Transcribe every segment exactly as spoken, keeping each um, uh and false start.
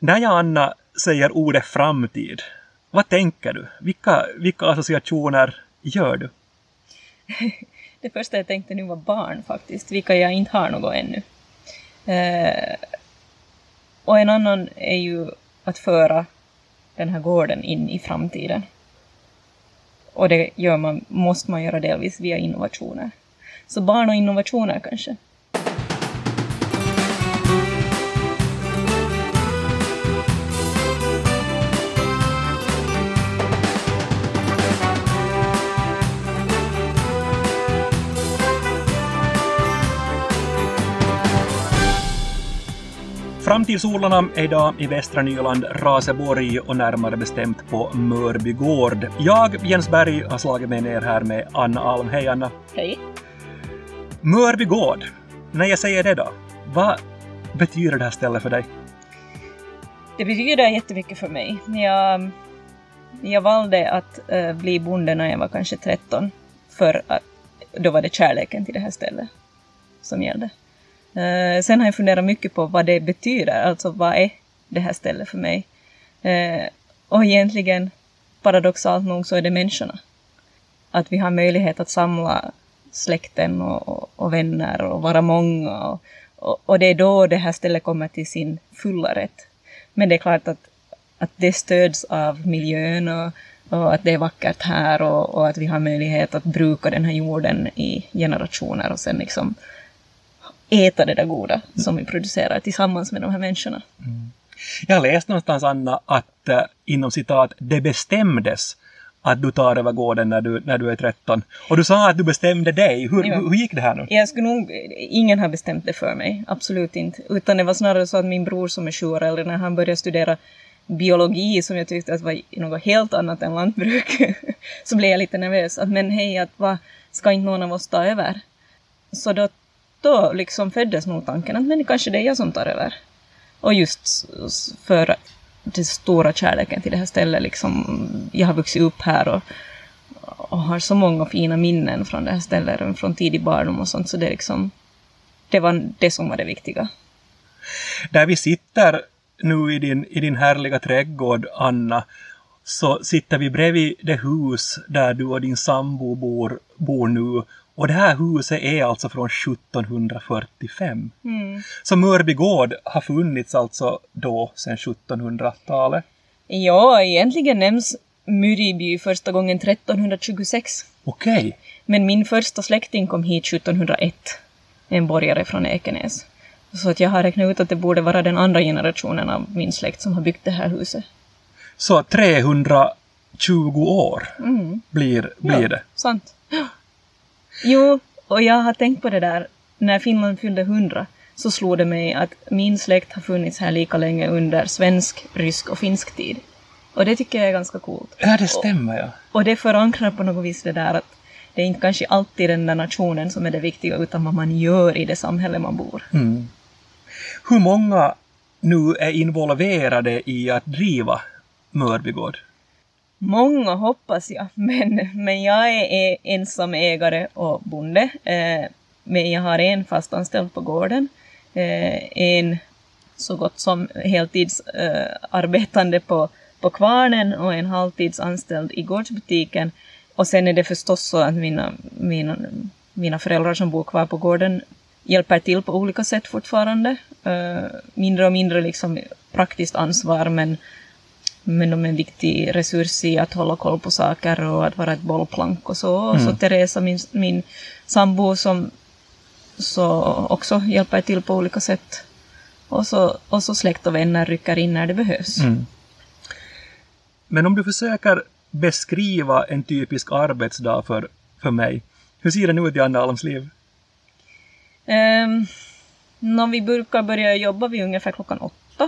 När jag, Anna, säger ordet framtid, vad tänker du? Vilka, vilka associationer gör du? Det första jag tänkte nu var barn faktiskt, vilka jag inte har något ännu. Eh, och en annan är ju att föra den här gården in i framtiden. Och det gör man, måste man göra delvis via innovationer. Så barn och innovationer kanske. Framtidsodlarna är idag i västra Nyland, Raseborg och närmare bestämt på Mörby gård. Jag, Jens Berg, har slagit mig ner här med Anna Alm. Hej Anna. Hej. Mörby gård. När jag säger det då, vad betyder det här stället för dig? Det betyder jättemycket för mig. Jag, jag valde att uh, bli bonde när jag var kanske tretton. För att då var det kärleken till det här stället som gällde. Uh, sen har jag funderat mycket på vad det betyder. Alltså vad är det här stället för mig? Uh, och egentligen paradoxalt nog så är det människorna. Att vi har möjlighet att samla släkten och, och, och vänner och vara många. Och, och, och det är då det här stället kommer till sin fulla rätt. Men det är klart att, att det stöds av miljön och, och att det är vackert här. Och, och att vi har möjlighet att bruka den här jorden i generationer och sen liksom äta det där goda som vi producerar tillsammans med de här människorna. Mm. Jag läste någonstans, Anna, att äh, inom citat, det bestämdes att du tar över gården när du, när du är tretton. Och du sa att du bestämde dig. Hur, hur, hur gick det här nu? Jag skulle nog, ingen har bestämt det för mig. Absolut inte. Utan det var snarare så att min bror som är sju år äldre, när han började studera biologi, som jag tyckte att var något helt annat än lantbruk, så blev jag lite nervös. Att, men hej, att vad, ska inte någon av oss ta över? Så då Då liksom föddes nog tanken att men kanske det är jag som tar över. Och just för den stora kärleken till det här stället. Liksom, jag har vuxit upp här och, och har så många fina minnen från det här stället. Från tidig barndom och sånt. Så det, liksom, det var det som var det viktiga. Där vi sitter nu i din, i din härliga trädgård, Anna, så sitter vi bredvid det hus där du och din sambo bor, bor nu. Och det här huset är alltså från sjuttonhundrafyrtiofem. Mm. Så Mörby gård har funnits alltså då sedan sjuttonhundratalet. Ja, egentligen nämns Mörby första gången trettonhundratjugosex. Okej. Okay. Men min första släkting kom hit sjuttonhundraett. En borgare från Ekenäs. Så att jag har räknat ut att det borde vara den andra generationen av min släkt som har byggt det här huset. Så trehundratjugo år mm. blir, blir ja, det. Sant. Ja. Jo, och jag har tänkt på det där. När Finland fyllde hundra så slog det mig att min släkt har funnits här lika länge under svensk, rysk och finsk tid. Och det tycker jag är ganska coolt. Ja, det stämmer, ja. Och, och det förankrar på något vis det där att det är inte kanske alltid den där nationen som är det viktiga utan vad man gör i det samhälle man bor. Mm. Hur många nu är involverade i att driva Mörby gård? Många hoppas jag, men, men jag är ensam ägare och bonde. Eh, men jag har en fast anställd på gården. Eh, en så gott som heltidsarbetande eh, på, på kvarnen och en halvtidsanställd i gårdsbutiken. Och sen är det förstås så att mina, mina, mina föräldrar som bor kvar på gården hjälper till på olika sätt fortfarande. Eh, mindre och mindre liksom praktiskt ansvar, men Men de är en viktig resurs i att hålla koll på saker och att vara ett bollplank och så. Och mm. så Teresa, min, min sambo, som så också hjälper till på olika sätt. Och så, och så släkt och vänner rycker in när det behövs. Mm. Men om du försöker beskriva en typisk arbetsdag för, för mig. Hur ser den ut i Anna Alms liv? Um, när vi brukar börja jobba vid ungefär klockan åtta.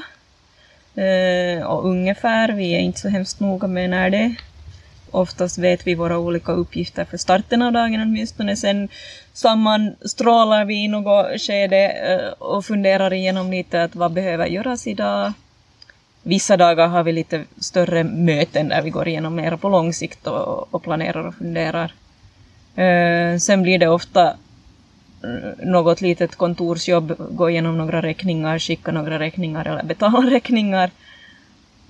Uh, och ungefär, vi är inte så hemskt noga med när det är. Oftast vet vi våra olika uppgifter för starten av dagen åtminstone. Sen sammanstrålar vi i något skede uh, och funderar igenom lite att vad behöver göras idag. Vissa dagar har vi lite större möten där vi går igenom mer på lång sikt och, och planerar och funderar. Uh, sen blir det ofta något litet kontorsjobb, gå igenom några räkningar, skicka några räkningar eller betala räkningar.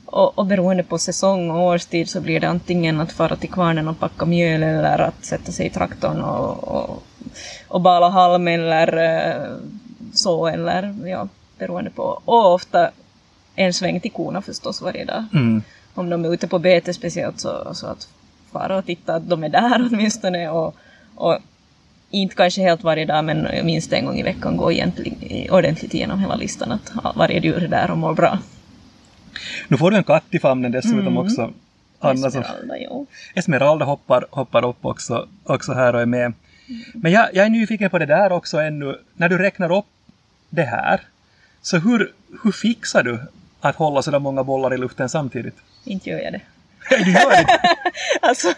Och, och beroende på säsong och årstid så blir det antingen att fara till kvarnen och packa mjöl eller att sätta sig i traktorn och, och, och bala halm eller uh, så eller ja, beroende på. Och ofta en sväng till korna förstås varje dag. Mm. Om de är ute på bete speciellt så, så att fara och titta att de är där åtminstone och, och inte kanske helt varje dag men minst en gång i veckan gå egentligen ordentligt igenom hela listan att varje djur är där och mår bra. Nu får du en katt i famnen dessutom mm. också. Anna, Esmeralda, jo. Esmeralda hoppar, hoppar upp också, också här och är med. Mm. Men jag, jag är nyfiken på det där också ännu. När du räknar upp det här, så hur, hur fixar du att hålla så där många bollar i luften samtidigt? Inte gör jag det. Du gör det? Alltså,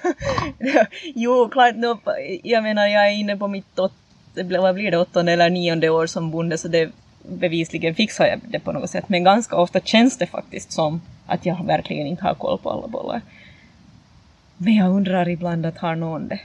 jo, klart nu, jag menar jag är inne på mitt åt, vad blir det, åttonde eller nionde år som bonde så det bevisligen fixar jag det på något sätt. Men ganska ofta känns det faktiskt som att jag verkligen inte har koll på alla bollar. Men jag undrar ibland att har någon det.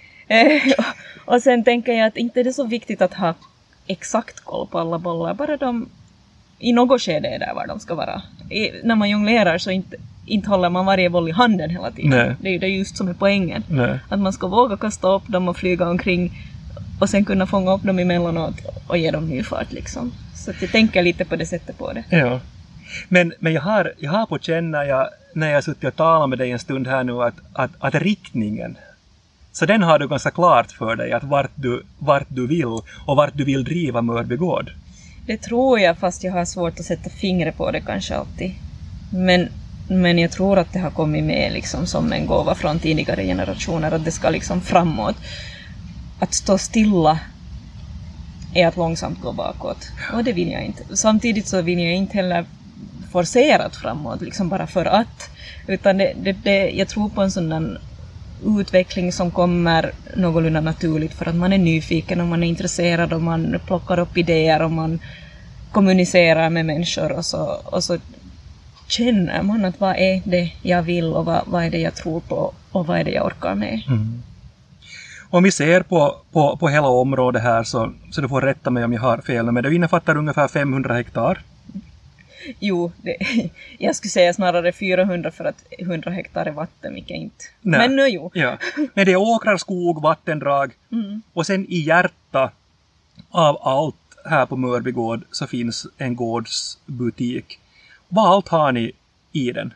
Och sen tänker jag att inte är det så viktigt att ha exakt koll på alla bollar. Bara de i något skede är där var de ska vara. I, när man jonglerar så inte, inte håller man varje boll i handen hela tiden. Nej. Det är det just som är poängen. Nej. Att man ska våga kasta upp dem och flyga omkring och sen kunna fånga upp dem emellanåt och ge dem ny fart liksom. Så att jag tänker lite på det sättet på det. Ja. Men, men jag, har, jag har på känna jag, när jag suttit och talat med dig en stund här nu att, att, att riktningen, så den har du ganska klart för dig att vart du, vart du vill och vart du vill driva Mörby gård. Det tror jag, fast jag har svårt att sätta fingret på det kanske alltid. Men, men jag tror att det har kommit med liksom som en gåva från tidigare generationer att det ska liksom framåt. Att stå stilla är att långsamt gå bakåt. Och det vill jag inte. Samtidigt så vill jag inte heller forcerat framåt, liksom bara för att. Utan det, det, det, jag tror på en sån utveckling som kommer någorlunda naturligt för att man är nyfiken och man är intresserad och man plockar upp idéer och man kommunicerar med människor och så, och så känner man att vad är det jag vill och vad, vad är det jag tror på och vad är det jag orkar med. Mm. Om vi ser på, på, på hela området här så, så du får rätta mig om jag har fel, men det innefattar ungefär femhundra hektar. Jo, det, jag skulle säga snarare fyrahundra för att hundra hektar är vatten, vilket inte. Nej. Men nu jo. Ja. Men det är åkrar, skog, vattendrag Mm. och sen i hjärta av allt här på Mörby gård så finns en gårdsbutik. Vad allt har ni i den?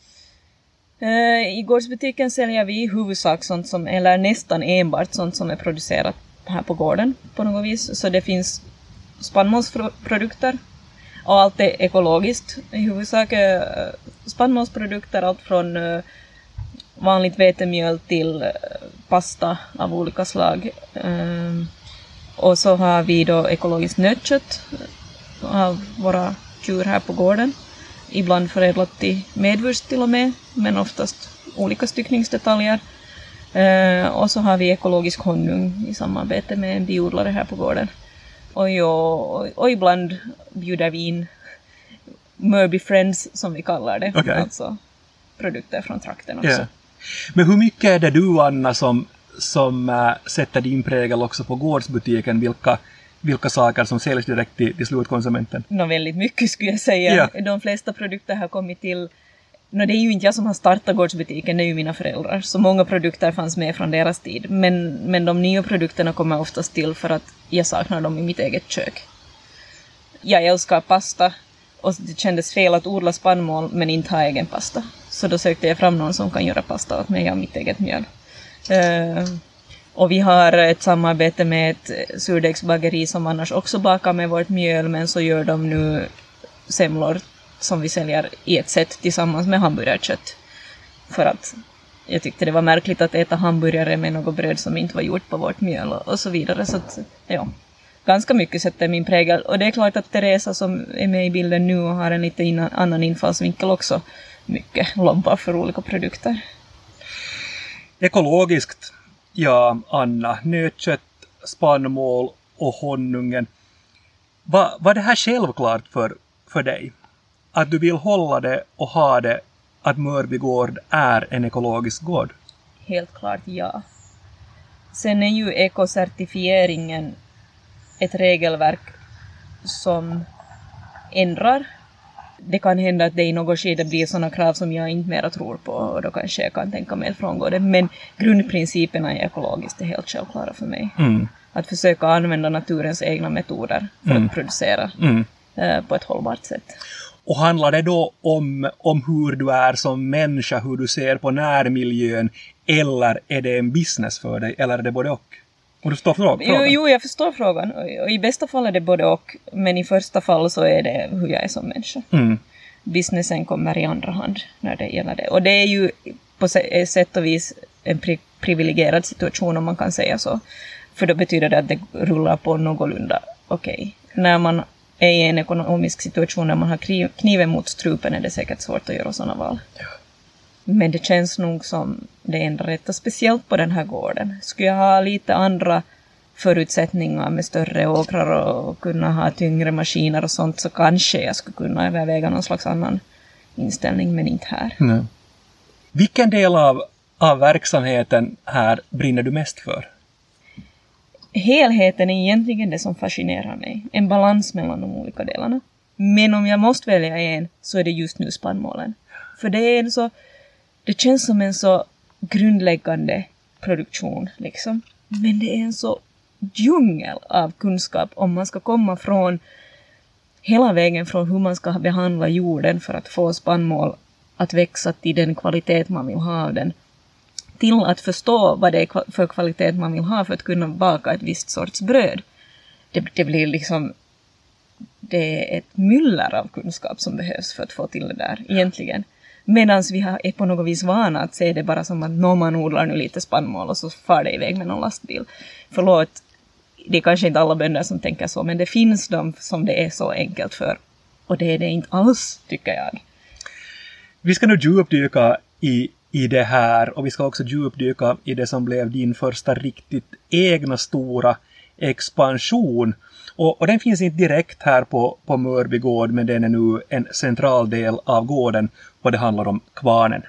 Uh, I gårdsbutiken säljer vi i huvudsak sånt som, eller nästan enbart sånt som är producerat här på gården på något vis. Så det finns spannmålsprodukter och allt är ekologiskt. I huvudsak uh, spannmålsprodukter, allt från uh, vanligt vetemjöl till uh, pasta av olika slag. Uh, och så har vi då ekologiskt nötkött av våra djur här på gården. Ibland förädlat till medvurst till och med, men oftast olika styckningsdetaljer. Eh, och så har vi ekologisk honung i samarbete med en biodlare här på gården. Och, jo, och, och ibland bjuder vi in Mörby Friends som vi kallar det. Okay. Alltså produkter från trakten också. Yeah. Men hur mycket är det du, Anna, som, som äh, sätter din prägel också på gårdsbutiken? Vilka Vilka saker som säljs direkt till, till slutkonsumenten? Nå, väldigt mycket skulle jag säga. Ja. De flesta produkter har kommit till... Nå, det är ju inte jag som har startat gårdsbutiken, det är ju mina föräldrar. Så många produkter fanns med från deras tid. Men, men de nya produkterna kommer oftast till för att jag saknar dem i mitt eget kök. Jag älskar pasta och det kändes fel att odla spannmål men inte ha egen pasta. Så då sökte jag fram någon som kan göra pasta åt mig av mitt eget mjöl. Uh, Och vi har ett samarbete med ett surdegsbageri som annars också bakar med vårt mjöl, men så gör de nu semlor som vi säljer i ett sätt tillsammans med hamburgerkött. För att jag tyckte det var märkligt att äta hamburgare med något bröd som inte var gjort på vårt mjöl och så vidare. Så att, ja, ganska mycket sätter min prägel. Och det är klart att Teresa som är med i bilden nu och har en lite innan, annan infallsvinkel också mycket lompar för olika produkter. Ekologiskt. Ja, Anna, nötkött, spannmål och honungen. Va, var det här självklart för, för dig? Att du vill hålla det och ha det, att Mörby gård är en ekologisk gård? Helt klart ja. Sen är ju ekocertifieringen ett regelverk som ändrar det kan hända att det i något skede blir sådana krav som jag inte mera tror på, och då kanske jag kan tänka mig att frångå det. Men grundprinciperna är ekologiskt är helt självklara för mig. Mm. Att försöka använda naturens egna metoder för Mm. att producera Mm. eh, på ett hållbart sätt. Och handlar det då om, om hur du är som människa, hur du ser på närmiljön, eller är det en business för dig, eller är det både och? Och du förstår frågan? Jo, jo, jag förstår frågan. Och i bästa fall är det både och, men i första fall så är det hur jag är som människa. Mm. Businessen kommer i andra hand när det gäller det. Och det är ju på sätt och vis en pri- privilegierad situation, om man kan säga så. För då betyder det att det rullar på någorlunda okej. Okay. När man är i en ekonomisk situation där man har kniv, kniven mot strupen är det säkert svårt att göra sådana val. Ja. Men det känns nog som det enda rätta, speciellt på den här gården. Skulle jag ha lite andra förutsättningar med större åkrar och kunna ha tyngre maskiner och sånt, så kanske jag skulle kunna överväga någon slags annan inställning, men inte här. Nej. Vilken del av, av verksamheten här brinner du mest för? Helheten är egentligen det som fascinerar mig. En balans mellan de olika delarna. Men om jag måste välja en så är det just nu spannmålen. För det är en så, det känns som en så grundläggande produktion liksom. Men det är en så djungel av kunskap om man ska komma från hela vägen från hur man ska behandla jorden för att få spannmål att växa till den kvalitet man vill ha av den. Till att förstå vad det är för kvalitet man vill ha för att kunna baka ett visst sorts bröd. Det, det blir liksom, det är ett myller av kunskap som behövs för att få till det där egentligen. Medan vi har, är på något vis vana att se det bara som att någon man odlar nu lite spannmål och så far det iväg med någon lastbil. Förlåt, det är kanske inte alla bönder som tänker så, men det finns de som det är så enkelt för. Och det är det inte alls, tycker jag. Vi ska nu djupdyka i, i det här, och vi ska också djupdyka i det som blev din första riktigt egna stora expansion. Och, och den finns inte direkt här på, på Mörby gård, men den är nu en central del av gården, och det handlar om Kvarnen.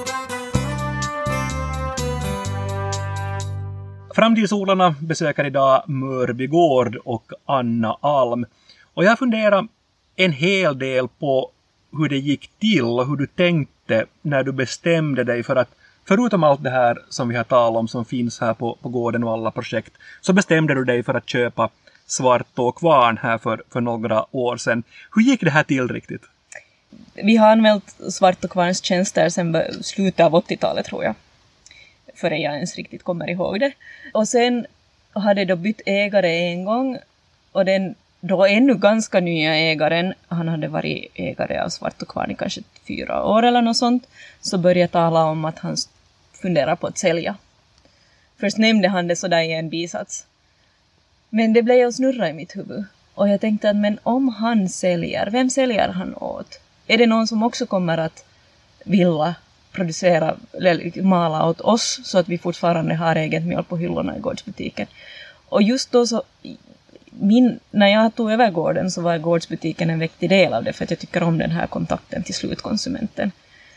Framtidsodlarna besöker idag Mörby gård och Anna Alm. Och jag funderar en hel del på hur det gick till och hur du tänkte när du bestämde dig för att, förutom allt det här som vi har talat om som finns här på, på gården och alla projekt, så bestämde du dig för att köpa Svartå Kvarn här för, för några år sedan. Hur gick det här till riktigt? Vi har använt Svartå Kvarns tjänster sedan slutet av åttiotalet, tror jag. Före jag ens riktigt kommer ihåg det. Och sen hade då bytt ägare en gång, och den då ännu ganska nya ägaren, han hade varit ägare av Svartå Kvarn i kanske fyra år eller något sånt, så började jag tala om att han funderar på att sälja. Först nämnde han det sådär i en bisats. Men det blev att snurra i mitt huvud. Och jag tänkte att men om han säljer, vem säljer han åt? Är det någon som också kommer att vilja producera eller mala åt oss så att vi fortfarande har eget mjölk på hyllorna i gårdsbutiken? Och just då så, min, när jag tog över gården så var gårdsbutiken en viktig del av det, för att jag tycker om den här kontakten till slutkonsumenten.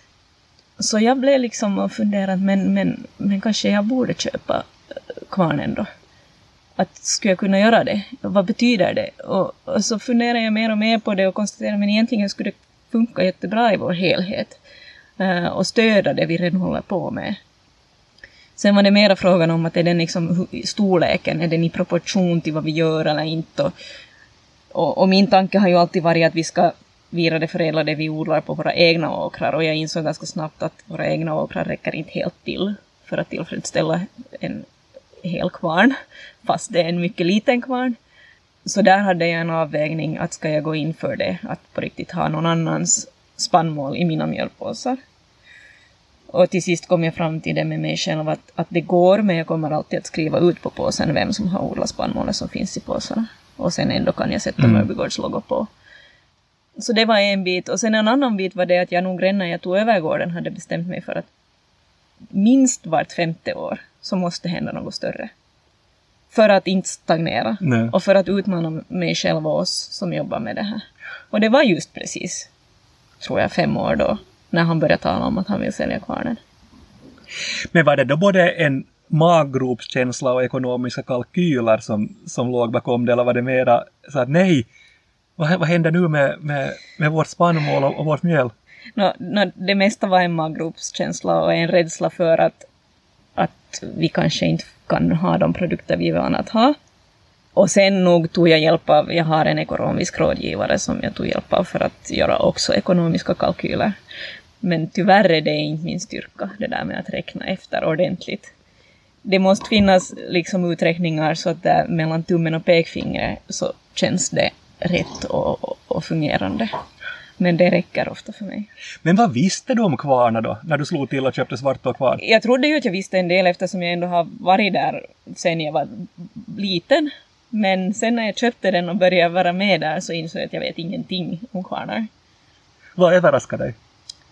Så jag blev liksom och funderade, men, men, men kanske jag borde köpa Kvarnen då. Att skulle jag kunna göra det? Vad betyder det? Och, och så funderar jag mer och mer på det och konstaterar, men egentligen skulle det funka jättebra i vår helhet. Uh, och stöda det vi redan håller på med. Sen var det mera frågan om att är den liksom storleken, är den i proportion till vad vi gör eller inte. Och, och, och min tanke har ju alltid varit att vi ska vidareförädla det vi odlar på våra egna åkrar. Och jag insåg ganska snabbt att våra egna åkrar räcker inte helt till för att tillfredsställa en hel kvarn, fast det är en mycket liten kvarn. Så där hade jag en avvägning att ska jag gå in för det, att på riktigt ha någon annans spannmål i mina mjölpåsar. Och till sist kom jag fram till det med mig själv att, att det går, men jag kommer alltid att skriva ut på påsen vem som har odlat spannmålet som finns i påsarna. Och sen ändå kan jag sätta mm. Mörbygårds logo på. Så det var en bit. Och sen en annan bit var det att jag nog redan när jag tog över gården hade bestämt mig för att minst vart femte år så måste hända något större. För att inte stagnera. Nej. Och för att utmana mig själv och oss som jobbar med det här. Och det var just precis, tror jag, fem år då, när han började tala om att han vill sälja kvarnen. Men var det då både en maggropskänsla och ekonomiska kalkyler som, som låg bakom det, eller var det mera så att nej, Vad, vad händer nu med, med, med vårt spannmål och, och vårt mjöl? No, no, det mesta var en maggropskänsla och en rädsla för att, att vi kanske inte kan ha de produkter vi är vana att ha. Och sen nog tog jag hjälp av, jag har en ekonomisk rådgivare som jag tog hjälp av för att göra också ekonomiska kalkyler. Men tyvärr är det inte min styrka, det där med att räkna efter ordentligt. Det måste finnas liksom uträkningar så att det mellan tummen och pekfingret så känns det rätt och, och, och fungerande. Men det räcker ofta för mig. Men vad visste du om kvarna då, när du slog till och köpte svart och kvarn? Jag trodde ju att jag visste en del eftersom jag ändå har varit där sen jag var liten. Men sen när jag köpte den och började vara med där så insåg jag att jag vet ingenting om kvarnar. Vad överraskade dig?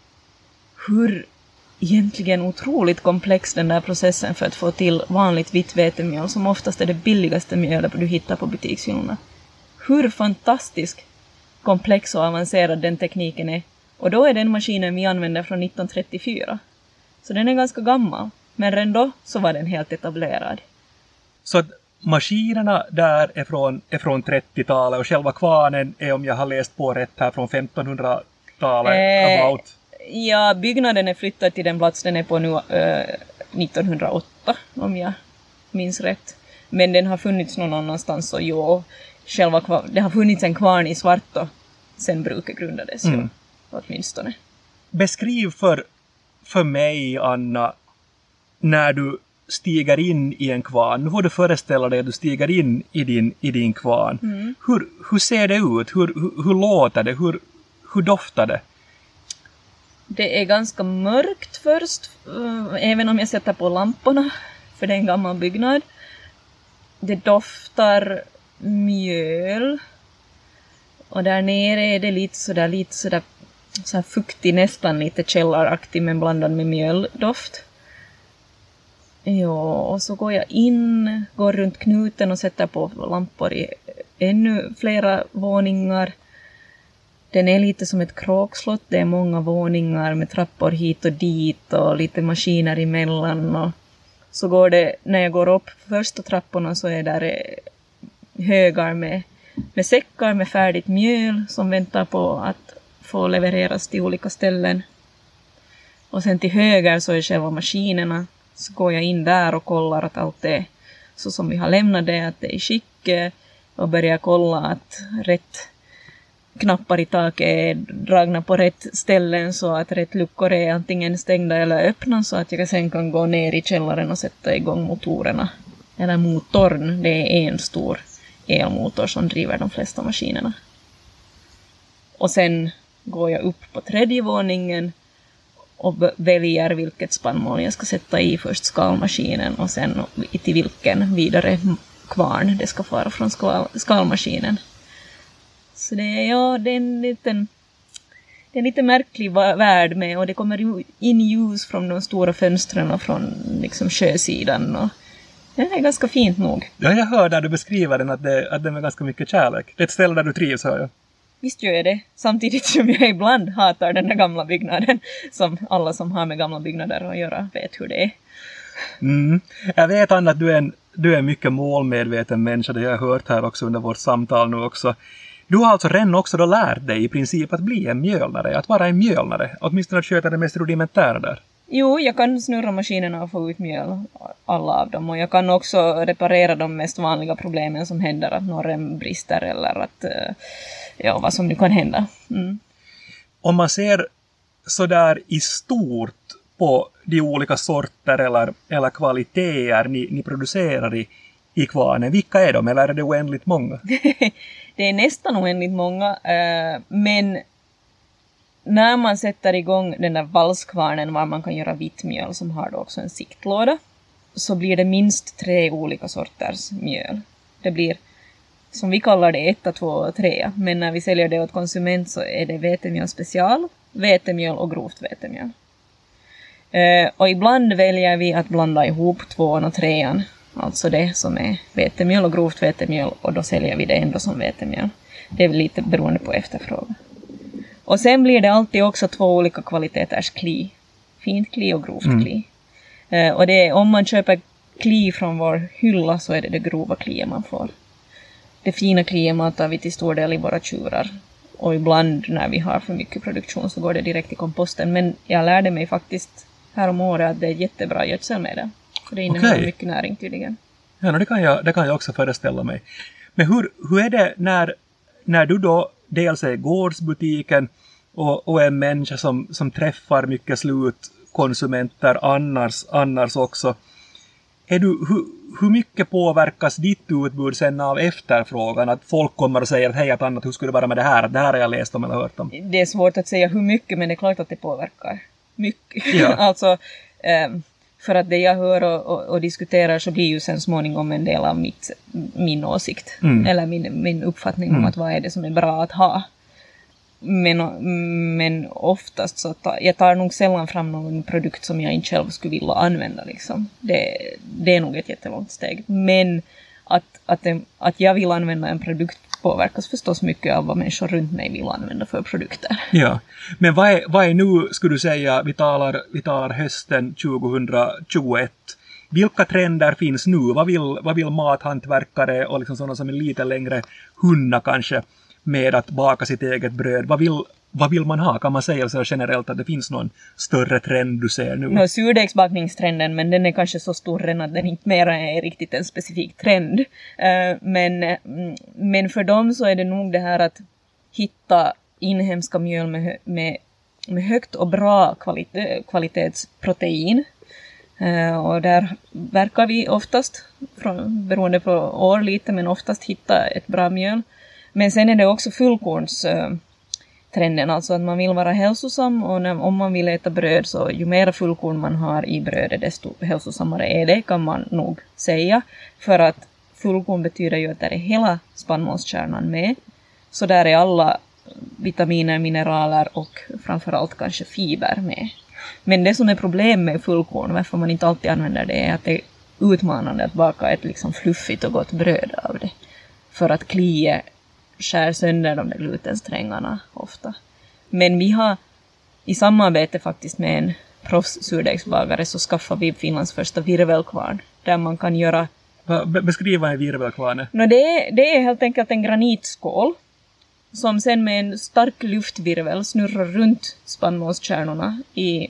Hur egentligen otroligt komplex den där processen för att få till vanligt vitt vetemjöl som oftast är det billigaste mjölet du hittar på butikshyllorna. Hur fantastisk komplex och avancerad den tekniken är. Och då är den maskinen vi använder från nittonhundratrettiofyra. Så den är ganska gammal. Men redan då så var den helt etablerad. Så att maskinerna där är från, är från trettiotalet och själva kvarnen är, om jag har läst på rätt här, från femtonhundratalet Eh, about. Ja, byggnaden är flyttad till den plats den är på nu eh, nittonhundraåtta om jag minns rätt. Men den har funnits någon annanstans och jo, själva kvar- det har funnits en kvarn i Svartå sen bruket grundades. Mm. Ja, åtminstone. Beskriv för, för mig, Anna, när du stiger in i en kvarn. Nu får du föreställa dig att du stiger in i din, i din kvarn. Mm. Hur, hur ser det ut? Hur, hur, hur låter det? Hur, hur doftar det? Det är ganska mörkt först, även om jag sätter på lamporna, för det är en gammal byggnad. Det doftar mjöl. Och där nere är det lite sådär, lite sådär så här fuktig, nästan lite källaraktig men blandad med mjöldoft. Ja, och så går jag in, går runt knuten och sätter på lampor i ännu flera våningar. Den är lite som ett kråkslott, det är många våningar med trappor hit och dit och lite maskiner emellan. Och så går det, när jag går upp första trapporna så är där högar med, med säckar med färdigt mjöl som väntar på att få levereras till olika ställen. Och sen till höger så är själva maskinerna. Så går jag in där och kollar att allt är så som vi har lämnat det, att det är skick, och börjar kolla att rätt knappar i taket är dragna på rätt ställen så att rätt luckor är antingen stängda eller öppna så att jag sen kan gå ner i källaren och sätta igång motorerna. Eller motorn, det är en stor elmotor som driver de flesta maskinerna. Och sen går jag upp på tredje våningen och väljer vilket spannmål jag ska sätta i först skalmaskinen och sen till vilken vidare kvarn det ska fara från skal, skalmaskinen. Så det är, ja, det är en liten, det är en lite märklig värld med, och det kommer in ljus från de stora fönstren och från liksom sjösidan och det är ganska fint nog. Ja, jag hör när du beskriver den att det, att det är ganska mycket kärlek. Det är ett ställe där du trivs, hör jag. Visst gör jag det. Samtidigt som jag ibland hatar den där gamla byggnaden. Som alla som har med gamla byggnader att göra vet hur det är. Mm. Jag vet, Anna, att du är en, du är en mycket målmedveten människa. Det jag har hört här också under vårt samtal nu också. Du har alltså redan också då lärt dig i princip att bli en mjölnare. Att vara en mjölnare. Åtminstone att sköta det mest rudimentära där. Jo, jag kan snurra maskinerna och få ut mjöl. Alla av dem. Och jag kan också reparera de mest vanliga problemen som händer. Att någon brister eller att... Ja, vad som nu kan hända. Mm. Om man ser sådär i stort på de olika sorter eller, eller kvaliteter ni, ni producerar i, i kvarnen, vilka är de? Eller är det oändligt många? Det är nästan oändligt många, äh, men när man sätter igång den där valskvarnen var man kan göra vitt mjöl som har då också en siktlåda, så blir det minst tre olika sorters mjöl. Det blir, som vi kallar det, ett, två och tre. Men när vi säljer det åt konsument så är det vetemjöl special, vetemjöl och grovt vetemjöl. Eh, och ibland väljer vi att blanda ihop tvåan och trean. Alltså det som är vetemjöl och grovt vetemjöl. Och då säljer vi det ändå som vetemjöl. Det är väl lite beroende på efterfrågan. Och sen blir det alltid också två olika kvaliteters kli. Fint kli och grovt mm. kli. Eh, och det är, om man köper kli från vår hylla så är det det grova kliet man får. det fina klimatet har vi till stor del i våra tjurar. Och ibland när vi har för mycket produktion så går det direkt i komposten. Men jag lärde mig faktiskt här om året att det är jättebra gödselmedel. För det innehåller okay. mycket näring tydligen. Ja, det kan jag, det kan jag också föreställa mig. Men hur, hur är det när, när du då dels är gårdsbutiken och, och en människa som, som träffar mycket slutkonsumenter annars, annars också. Är du, hur, hur mycket påverkas ditt utbud sen av efterfrågan? Att folk kommer och säger att hej, att annat, hur skulle det vara med det här? Det här har jag läst om eller hört om. Det är svårt att säga hur mycket, men det är klart att det påverkar mycket. Ja. alltså, um, för att det jag hör och, och, och diskuterar så blir ju sen småningom en del av mitt, min åsikt. Mm. Eller min, min uppfattning mm. om att vad är det som är bra att ha. Men, men oftast så tar jag tar nog sällan fram någon produkt som jag inte själv skulle vilja använda. Liksom. Det, det är nog ett jättelångt steg. Men att, att, det, att jag vill använda en produkt påverkas förstås mycket av vad människor runt mig vill använda för produkter. Ja, men vad är, vad är nu, skulle du säga, vi talar, vi talar hösten tjugohundratjugoett. Vilka trender finns nu? Vad vill, vad vill mathantverkare och liksom sådana som är lite längre hunna kanske med att baka sitt eget bröd? Vad vill, vad vill man ha? Kan man säga så generellt att det finns någon större trend du ser nu? No, surdegsbakningstrenden, men den är kanske så stor redan att den inte mer är riktigt en specifik trend. Uh, men, mm, men för dem så är det nog det här att hitta inhemska mjöl med, med, med högt och bra kvalit- kvalitetsprotein. Uh, och där verkar vi oftast, från, beroende på år lite, men oftast hitta ett bra mjöl. Men sen är det också fullkornstrenden, uh, alltså att man vill vara hälsosam, och när, om man vill äta bröd så ju mer fullkorn man har i brödet desto hälsosammare är det, kan man nog säga. För att fullkorn betyder ju att där är hela spannmålskärnan med. Så där är alla vitaminer, mineraler och framförallt kanske fiber med. Men det som är problem med fullkorn, varför man inte alltid använder det, är att det är utmanande att baka ett liksom fluffigt och gott bröd av det. För att klie skär sönder de där glutensträngarna ofta. Men vi har i samarbete faktiskt med en proffssurdegsbagare så skaffar vi Finlands första virvelkvarn. Där man kan göra... Be- beskriva en virvelkvarn. No, det, är, det är helt enkelt en granitskål som sen med en stark luftvirvel snurrar runt spannmålskärnorna i,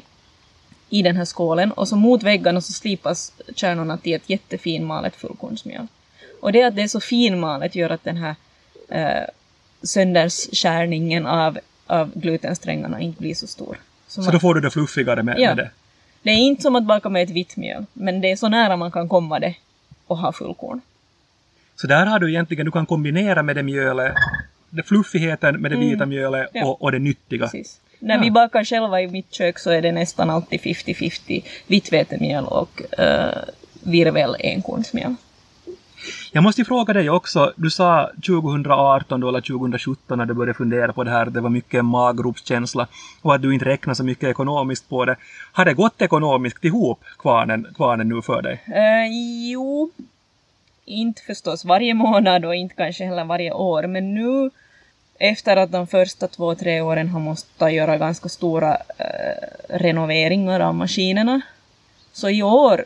i den här skålen. Och så mot väggarna så slipas kärnorna till ett jättefinmalet fullkornsmjöl. Och det att det är så finmalet gör att den här eh, sönderskärningen av, av glutensträngarna inte blir så stor. Så, så då får du det fluffigare med, ja. med det? Det är inte som att baka med ett vitt mjöl, men det är så nära man kan komma det och ha fullkorn. Så där har du egentligen, du kan kombinera med det mjölet, det fluffigheten med det vita mm. mjölet ja. och, och det nyttiga. Precis. När ja. vi bakar själva i mitt kök så är det nästan alltid femtio femtio vitvetemjöl och uh, virvel enkornsmjöl. Jag måste fråga dig också, du sa tjugoarton eller tjugosjutton när du började fundera på det här, det var mycket en maggropskänsla och att du inte räknar så mycket ekonomiskt på det. Har det gått ekonomiskt ihop kvarnen, kvarnen nu för dig? Uh, jo, inte förstås varje månad och inte kanske heller varje år, men nu efter att de första två, tre åren har måste göra ganska stora uh, renoveringar av maskinerna, så i år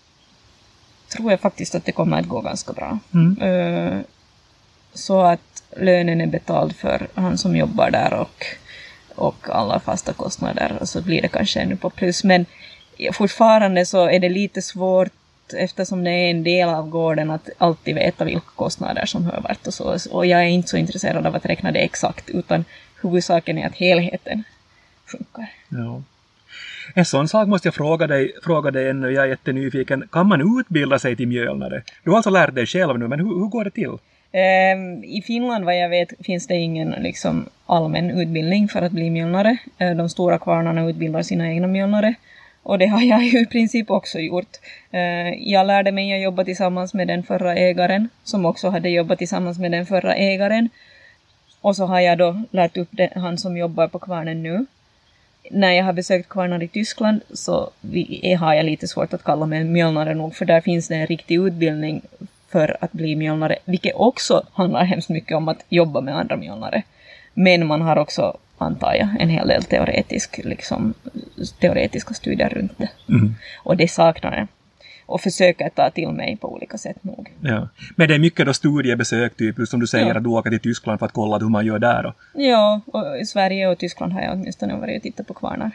tror jag faktiskt att det kommer att gå ganska bra. Mm. Uh, så att lönen är betald för han som jobbar där och, och alla fasta kostnader, och så blir det kanske ännu på plus. Men fortfarande så är det lite svårt, eftersom det är en del av gården, att alltid veta vilka kostnader som hör vart och så. Och jag är inte så intresserad av att räkna det exakt, utan huvudsaken är att helheten funkar. Ja. En sån sak måste jag fråga dig, fråga dig ännu, jag är jättenyfiken. Kan man utbilda sig till mjölnare? Du har alltså lärt dig själv nu, men hur, hur går det till? Um, I Finland, vad jag vet, finns det ingen liksom, allmän utbildning för att bli mjölnare. Uh, de stora kvarnarna utbildar sina egna mjölnare. Och det har jag ju i princip också gjort. Uh, jag lärde mig att jobba tillsammans med den förra ägaren, som också hade jobbat tillsammans med den förra ägaren. Och så har jag då lärt upp den, han som jobbar på kvarnen nu. När jag har besökt kvarnar i Tyskland så vi, har jag lite svårt att kalla mig mjölnare nog, för där finns det en riktig utbildning för att bli mjölnare, vilket också handlar hemskt mycket om att jobba med andra mjölnare. Men man har också, antar jag, en hel del teoretisk, liksom, teoretiska studier runt det. Mm. Och det saknar jag. och försöker ta till mig på olika sätt nog. Ja. Men det är mycket då studiebesök typ, som du säger, ja. att du åker till Tyskland för att kolla hur man gör där då. Ja, och i Sverige och Tyskland har jag åtminstone varit och tittat på kvarnar.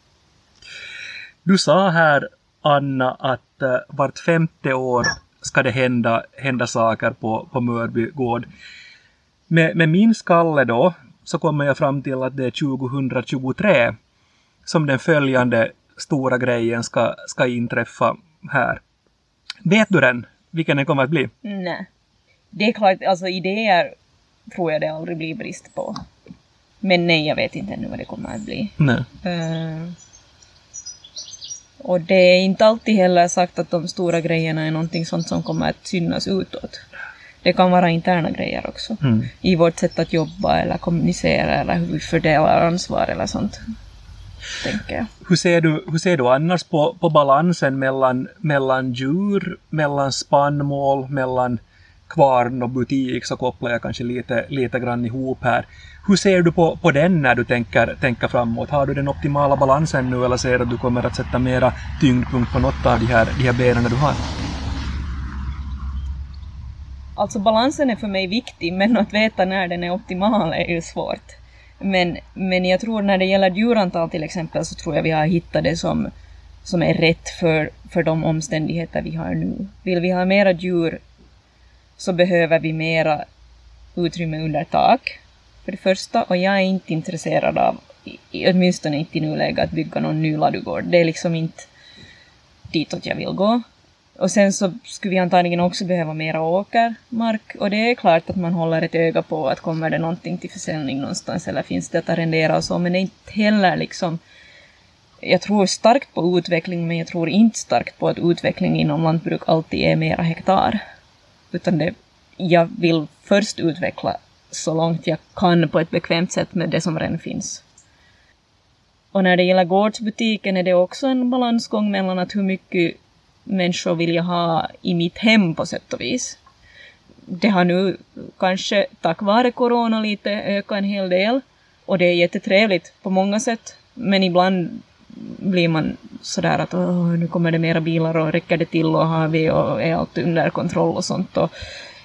Du sa här, Anna, att uh, vart femte år ska det hända, hända saker på, på Mörby gård. Med, med min skalle då så kommer jag fram till att det är tjugohundratjugotre som den följande stora grejen ska, ska inträffa här. Vet du den? Vilken den kommer att bli? Nej. Det är klart, alltså idéer tror jag det aldrig blir brist på. Men nej, jag vet inte ännu vad det kommer att bli. Nej. Uh, och det är inte alltid heller sagt att de stora grejerna är någonting sånt som kommer att synas utåt. Det kan vara interna grejer också. Mm. I vårt sätt att jobba eller kommunicera eller hur vi fördelar ansvar eller sånt. Tänker jag. Hur ser du, hur ser du annars på, på balansen mellan, mellan djur, mellan spannmål, mellan kvarn och butik, så kopplar jag kanske lite, lite grann ihop här. Hur ser du på, på den när du tänker, tänker framåt? Har du den optimala balansen nu eller ser du att du kommer att sätta mera tyngdpunkt på något av de här, de här benen du har? Alltså balansen är för mig viktig, men att veta när den är optimal är ju svårt. Men, men jag tror när det gäller djurantal till exempel så tror jag vi har hittat det som, som är rätt för, för de omständigheter vi har nu. Vill vi ha mera djur så behöver vi mera utrymme under tak för det första. Och jag är inte intresserad av, åtminstone inte i nuläget, att bygga någon ny ladugård. Det är liksom inte ditåt jag vill gå. Och sen så skulle vi antagligen också behöva mera åkermark. Och det är klart att man håller ett öga på att kommer det någonting till försäljning någonstans eller finns det att arrendera och så. Men det är inte heller liksom... Jag tror starkt på utveckling, men jag tror inte starkt på att utveckling inom lantbruk alltid är mera hektar. Utan det, jag vill först utveckla så långt jag kan på ett bekvämt sätt med det som redan finns. Och när det gäller gårdsbutiken är det också en balansgång mellan att hur mycket människor vill jag ha i mitt hem på sätt och vis. Det har nu kanske tack vare corona lite ökat en hel del. Och det är jättetrevligt på många sätt. Men ibland blir man sådär att åh, nu kommer det mera bilar och räcker det till och har vi och är allt under kontroll och sånt. Och,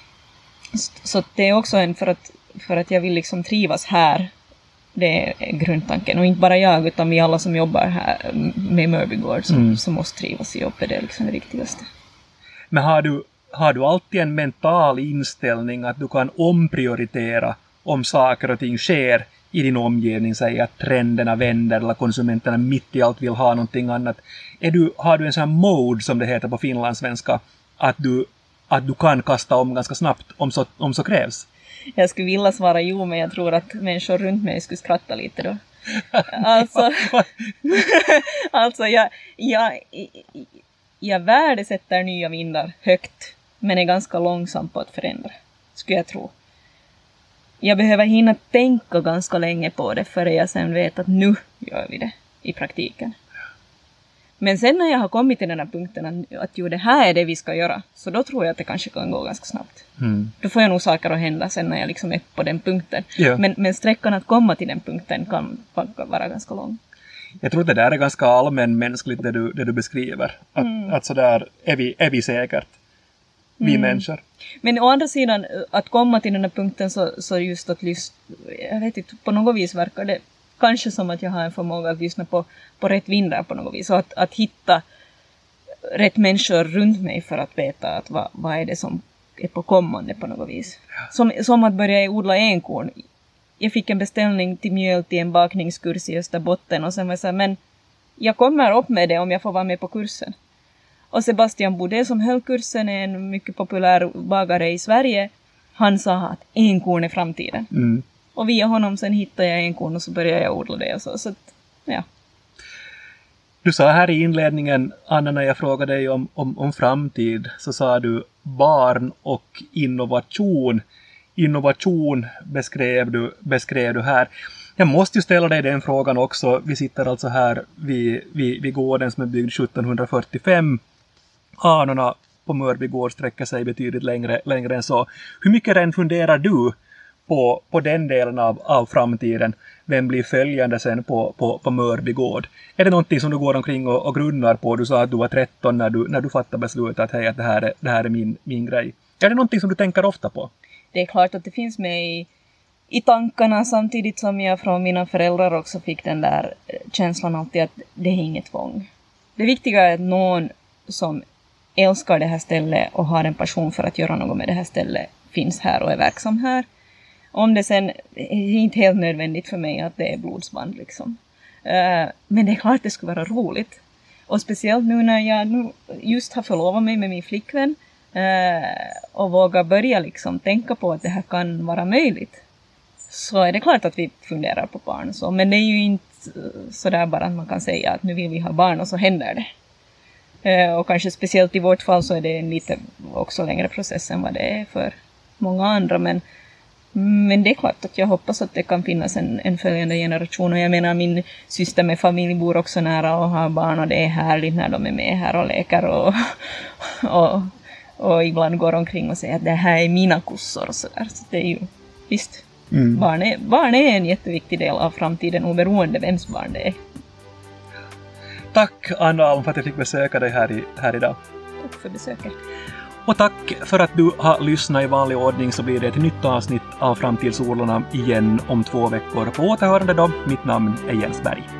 så det är också en för att, för att jag vill liksom trivas här. Det är grundtanken. Och inte bara jag utan vi alla som jobbar här med Mörby gård som, mm. som måste trivas i jobbet. Det är liksom det viktigaste. Men har du, har du alltid en mental inställning att du kan omprioritera om saker och ting sker i din omgivning? Säg att trenderna vänder eller konsumenterna mitt i allt vill ha någonting annat. Är du, har du en sån här mode som det heter på finlandssvenska att du, att du kan kasta om ganska snabbt om så, om så krävs? Jag skulle vilja svara jo, men jag tror att människor runt mig skulle skratta lite då. Alltså, alltså jag, jag, jag värdesätter nya vindar högt, men är ganska långsam på att förändra, skulle jag tro. Jag behöver hinna tänka ganska länge på det för jag sen vet att nu gör vi det i praktiken. Men sen när jag har kommit till den här punkten att jo, det här är det vi ska göra, så då tror jag att det kanske kan gå ganska snabbt. Mm. Då får jag nog saker att hända sen när jag liksom är på den punkten. Ja. Men, men sträckan att komma till den punkten kan, kan vara ganska lång. Jag tror att det där är ganska allmänmänskligt det du, det du beskriver. Att, mm. att så där är vi, är vi säkert, vi mm. människor. Men å andra sidan, att komma till den här punkten så, så just att lyssna, jag vet inte, på något vis verkar det kanske som att jag har en förmåga att lyssna på, på rätt vindar på något vis. Och att, att hitta rätt människor runt mig för att veta att vad, vad är det som är på kommande på något vis. Som, som att börja odla enkorn. Jag fick en beställning till mjöl till en bakningskurs i Österbotten och sen var jag så här, men jag kommer upp med det om jag får vara med på kursen. Och Sebastian Boudet som höll kursen är en mycket populär bagare i Sverige. Han sa att enkorn är framtiden. Mm. Och via honom sen hittade jag enkorn och så började jag odla det. Och så, så att, ja. Du sa här i inledningen, Anna, när jag frågade dig om, om, om framtid, så sa du barn och innovation. Innovation beskrev du, beskrev du här. Jag måste ju ställa dig den frågan också. Vi sitter alltså här vid, vid, vid gården som är byggd sjuttonhundrafyrtiofem. Anorna på Mörby gård sträcker sig betydligt längre, längre än så. Hur mycket redan funderar du på, på den delen av, av framtiden? vem blir följande sen på, på, på Mörby gård? Är det någonting som du går omkring och, och grunnar på? Du sa att du var tretton när du, när du fattade beslutet att, hej, att det här är, det här är min, min grej. Är det någonting som du tänker ofta på? Det är klart att det finns med i, i tankarna, samtidigt som jag från mina föräldrar också fick den där känslan alltid att det är inget tvång. Det viktiga är att någon som älskar det här stället och har en passion för att göra något med det här stället finns här och är verksam här. Om det sen är inte helt nödvändigt för mig att det är blodsband liksom. Uh, men det är klart att det skulle vara roligt. Och speciellt nu när jag nu just har förlovat mig med min flickvän uh, och vågar börja liksom tänka på att det här kan vara möjligt. Så är det klart att vi funderar på barn. Så, men det är ju inte sådär bara att man kan säga att nu vill vi ha barn och så händer det. Uh, och kanske speciellt i vårt fall så är det en lite också längre process än vad det är för många andra. Men Men det är klart att jag hoppas att det kan finnas en, en följande generation. Och jag menar, min syster med familj bor också nära och har barn. Och det är härligt när de är med här och leker. Och, och, och ibland går omkring och säger att det här är mina kossor. Och så där. Så det är ju, visst, mm. barn, är, barn är en jätteviktig del av framtiden, oberoende vems barn det är. Tack Anna Alm för att jag fick besöka dig här, i, här idag. Tack för besöket. Och tack för att du har lyssnat. I vanlig ordning så blir det ett nytt avsnitt av Framtidsolorna igen om två veckor. På återhörande då, mitt namn är Jens Berg.